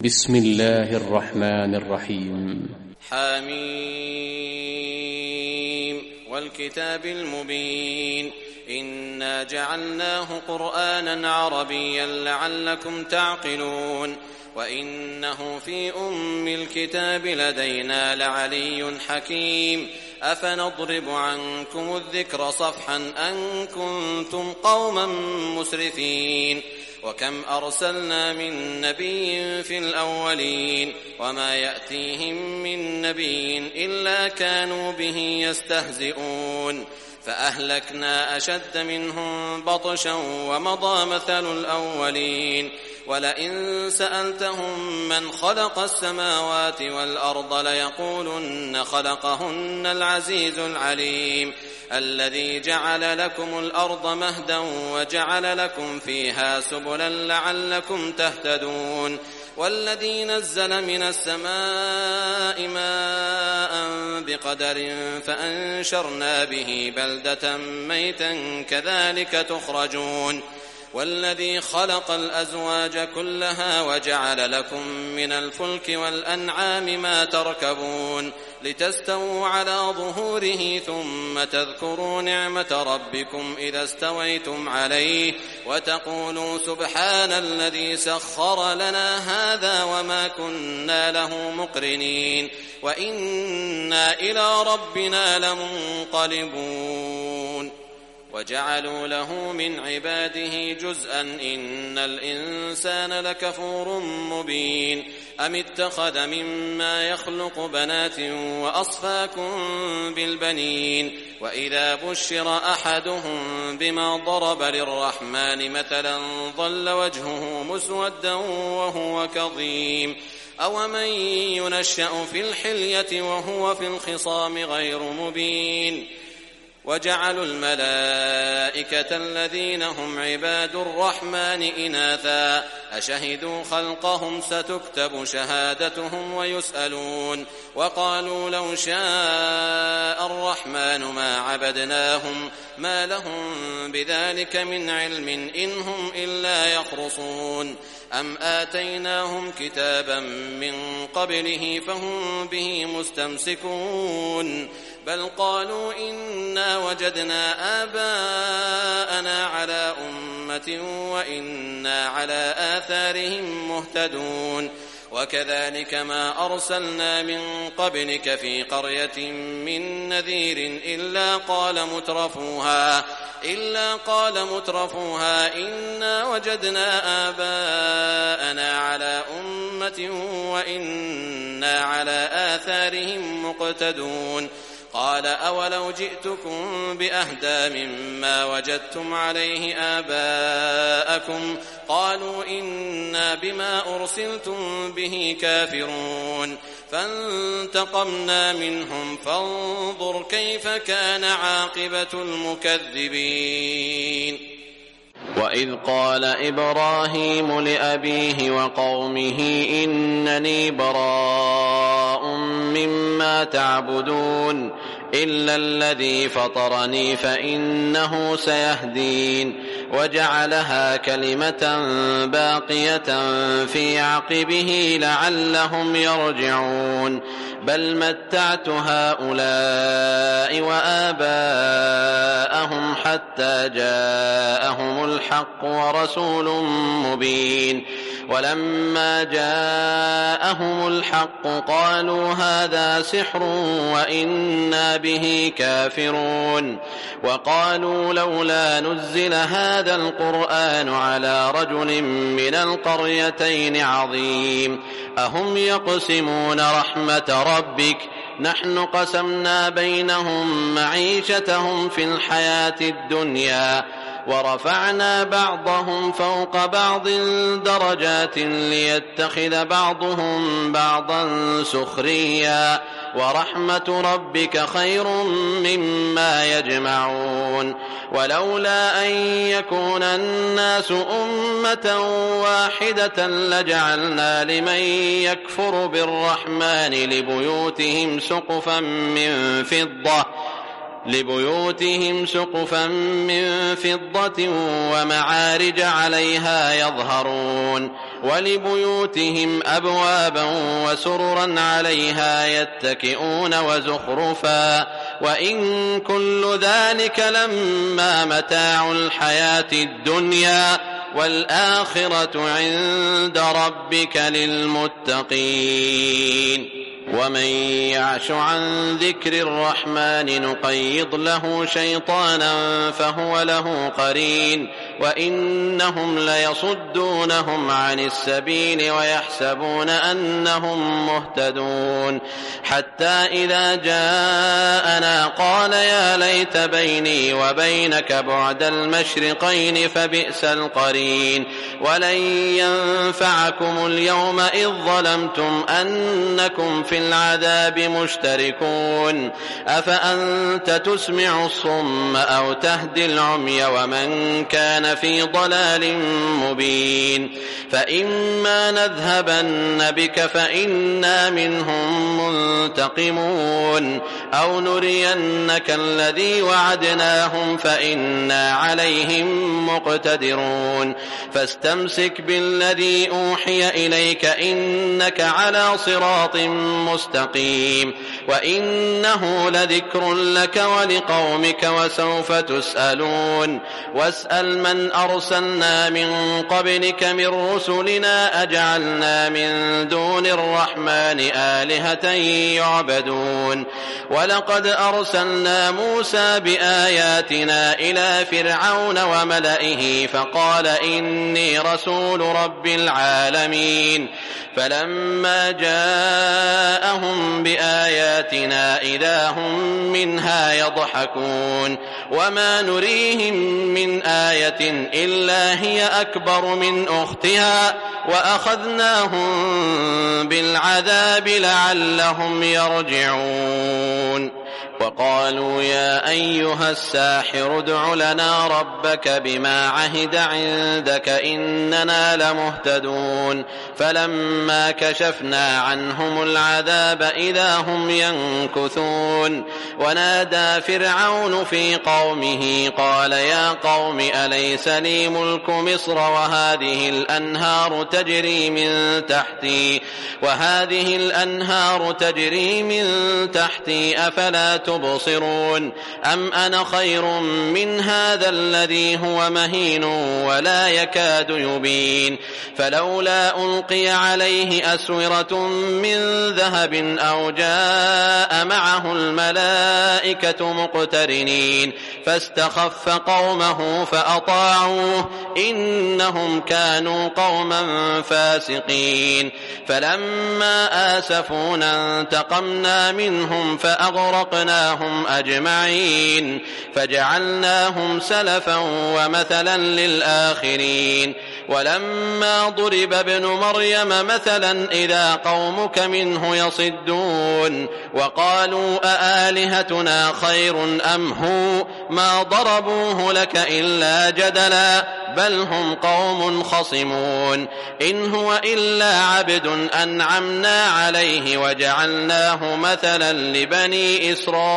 بسم الله الرحمن الرحيم. حميم والكتاب المبين إنا جعلناه قرآنا عربيا لعلكم تعقلون وإنه في أم الكتاب لدينا لعلي حكيم أفنضرب عنكم الذكر صفحا أن كنتم قوما مسرفين وكم أرسلنا من نبي في الأولين وما يأتيهم من نبي إلا كانوا به يستهزئون فأهلكنا أشد منهم بطشا ومضى مثل الأولين ولئن سألتهم من خلق السماوات والأرض ليقولن خلقهن العزيز العليم الذي جعل لكم الأرض مهدا وجعل لكم فيها سبلا لعلكم تهتدون والذي نزل من السماء ماء بقدر فأنشرنا به بلدة ميتا كذلك تخرجون والذي خلق الأزواج كلها وجعل لكم من الفلك والأنعام ما تركبون لتستووا على ظهوره ثم تذكروا نعمة ربكم إذا استويتم عليه وتقولوا سبحان الذي سخر لنا هذا وما كنا له مقرنين وإنا إلى ربنا لمنقلبون وجعلوا له من عباده جزءا إن الإنسان لكفور مبين أم اتخذ مما يخلق بنات وأصفاكم بالبنين وإذا بشر أحدهم بما ضرب للرحمن مثلا ظل وجهه مسودا وهو كظيم أومن ينشأ في الحلية وهو في الخصام غير مبين وجعلوا الملائكة الذين هم عباد الرحمن إناثا أشهدوا خلقهم ستكتب شهادتهم ويسألون وقالوا لو شاء الرحمن ما عبدناهم ما لهم بذلك من علم إن هم إلا يخرصون أم آتيناهم كتابا من قبله فهم به مستمسكون بل قالوا إنا وجدنا آباءنا على أمة وإنا على آثارهم مهتدون وكذلك ما أرسلنا من قبلك في قرية من نذير إلا قال مترفوها إنا وجدنا آباءنا على أمة وإنا على آثارهم مقتدون قال أولو جئتكم بأهدى مما وجدتم عليه آباءكم قالوا إنا بما أرسلتم به كافرون فانتقمنا منهم فانظر كيف كان عاقبة المكذبين وإذ قال إبراهيم لأبيه وقومه إنني براء مما تعبدون إلا الذي فطرني فإنه سيهدين وجعلها كلمة باقية في عقبه لعلهم يرجعون بل متعت هؤلاء وآباءهم حتى جاءهم الحق ورسول مبين ولما جاءهم الحق قالوا هذا سحر وإنا به كافرون وقالوا لولا نزل هذا القرآن على رجل من القريتين عظيم أهم يقسمون رحمة ربك نحن قسمنا بينهم معيشتهم في الحياة الدنيا ورفعنا بعضهم فوق بعض درجات ليتخذ بعضهم بعضا سخريا ورحمة ربك خير مما يجمعون ولولا أن يكون الناس أمة واحدة لجعلنا لمن يكفر بالرحمن لبيوتهم سقفا من فضة لبيوتهم سقفا من فضة ومعارج عليها يظهرون ولبيوتهم أبوابا وسررا عليها يتكئون وزخرفا وإن كل ذلك لما متاع الحياة الدنيا والآخرة عند ربك للمتقين ومن يعش عن ذكر الرحمن نقيض له شيطانا فهو له قرين وإنهم ليصدونهم عن السبيل ويحسبون أنهم مهتدون حتى إذا جاءنا قال يا ليت بيني وبينك بعد المشرقين فبئس القرين ولن ينفعكم اليوم إذ ظلمتم أنكم في العذاب مشتركون أفأنت تسمع الصم أو تهدي العمي ومن كان في ضلال مبين فإما نذهبن بك فإنا منهم منتقمون أو نرينك الذي وعدناهم فإنا عليهم مقتدرون فاستمسك بالذي أوحي إليك إنك على صراط مستقيم وإنه لذكر لك ولقومك وسوف تسألون واسأل من أرسلنا من قبلك من رسلنا أجعلنا من دون الرحمن آلهة يعبدون ولقد أرسلنا موسى بآياتنا إلى فرعون وملئه فقال إني رسول رب العالمين فلما جاءهم بآياتنا إذا هم منها يضحكون وما نريهم من آية إلا هي أكبر من أختها وأخذناهم بالعذاب لعلهم يرجعون وقالوا يا أيها الساحر ادع لنا ربك بما عهد عندك إننا لمهتدون فلما كشفنا عنهم العذاب إذا هم ينكثون ونادى فرعون في قومه قال يا قوم أليس لي ملك مصر وهذه الأنهار تجري من تحتي أفلا تبصرون أم أنا خير من هذا الذي هو مهين ولا يكاد يبين فلولا ألقي عليه أسورة من ذهب أو جاء معه الملائكة مقترنين فاستخف قومه فأطاعوه إنهم كانوا قوما فاسقين فلما آسفونا انتقمنا منهم فأغرقناهم أجمعين فجعلناهم سلفا ومثلا للآخرين ولما ضرب ابن مريم مثلا إذا قومك منه يصدون وقالوا أآلهتنا خير أم هو ما ضربوه لك إلا جدلا بل هم قوم خصمون إن هو إلا عبد أنعمنا عليه وجعلناه مثلا لبني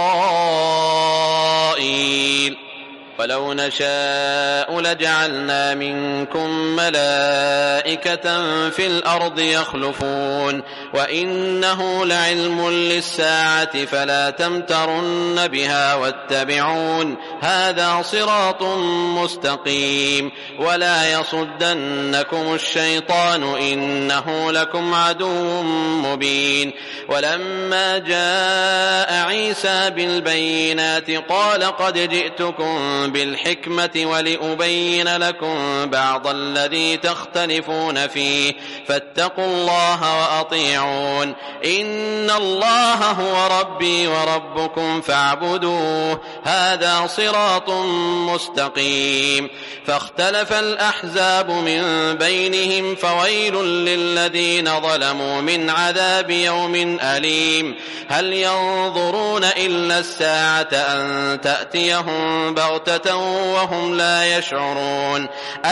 إسرائيل ولو نشاء لجعلنا منكم ملائكة في الأرض يخلفون وإنه لعلم للساعة فلا تمترن بها واتبعون هذا صراط مستقيم ولا يصدنكم الشيطان إنه لكم عدو مبين ولما جاء عيسى بالبينات قال قد جئتكم بالحكمة ولأبين لكم بعض الذي تختلفون فيه فاتقوا الله وأطيعون إن الله هو ربي وربكم فاعبدوه هذا صراط مستقيم فاختلف الأحزاب من بينهم فويل للذين ظلموا من عذاب يوم أليم هل ينظرون إلا الساعة أن تأتيهم بغتة وهم لا يشعرون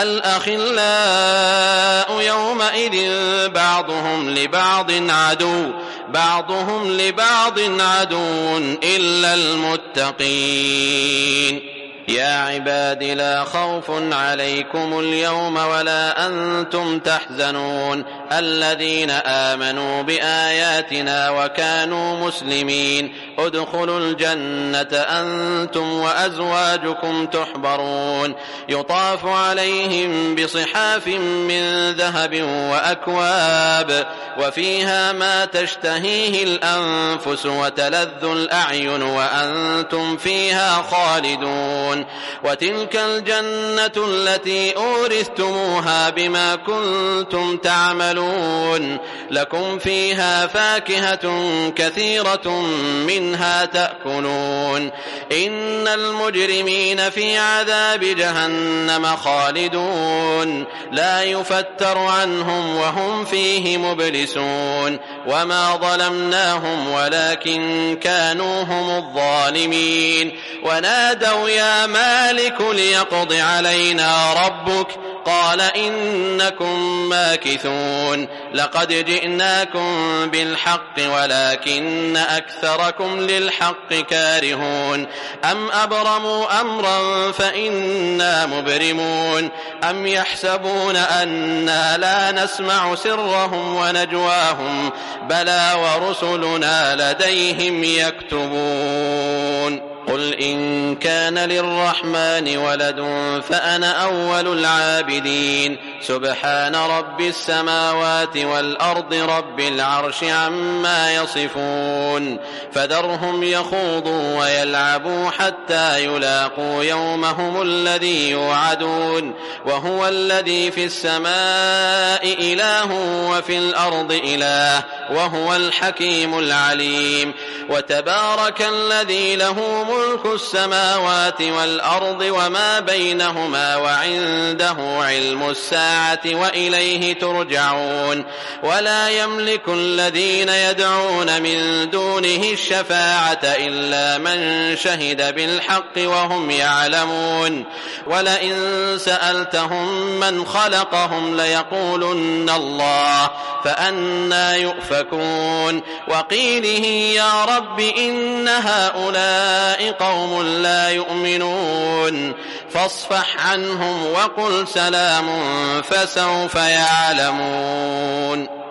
الأخلاء يومئذ بعضهم لبعض عدو إلا المتقين للمتقين. يا عباد لا خوف عليكم اليوم ولا أنتم تحزنون الذين آمنوا بآياتنا وكانوا مسلمين ادخلوا الجنة أنتم وأزواجكم تحبرون يطاف عليهم بصحاف من ذهب وأكواب وفيها ما تشتهيه الأنفس وتلذ الأعين وأنتم فيها خالدون وتلك الجنة التي أورثتموها بما كنتم تعملون لكم فيها فاكهة كثيرة منها تأكلون إن المجرمين في عذاب جهنم خالدون لا يفتر عنهم وهم فيه مبلسون وما ظلمناهم ولكن كانوا هم الظالمين ونادوا يا مالك ليقض علينا ربك قال إنكم ماكثون لقد جئناكم بالحق ولكن أكثركم للحق كارهون أم أبرموا أمرا فإنا مبرمون أم يحسبون أنا لا نسمع سرهم ونجواهم بلى ورسلنا لديهم يكتبون قل إن كان للرحمن ولد فأنا أول العابدين سبحان رب السماوات والأرض رب العرش عما يصفون فذرهم يخوضوا ويلعبوا حتى يلاقوا يومهم الذي يوعدون وهو الذي في السماء إله وفي الأرض إله وهو الحكيم العليم وتبارك الذي له ملك السماوات والأرض وما بينهما وعنده علم الساعة وإليه ترجعون ولا يملك الذين يدعون من دونه الشفاعة إلا من شهد بالحق وهم يعلمون ولئن سألتهم من خلقهم ليقولن الله فأنى يؤفكون وقيله يا رب إن هؤلاء قوم لا يؤمنون فاصفح عنهم وقل سلام فسوف يعلمون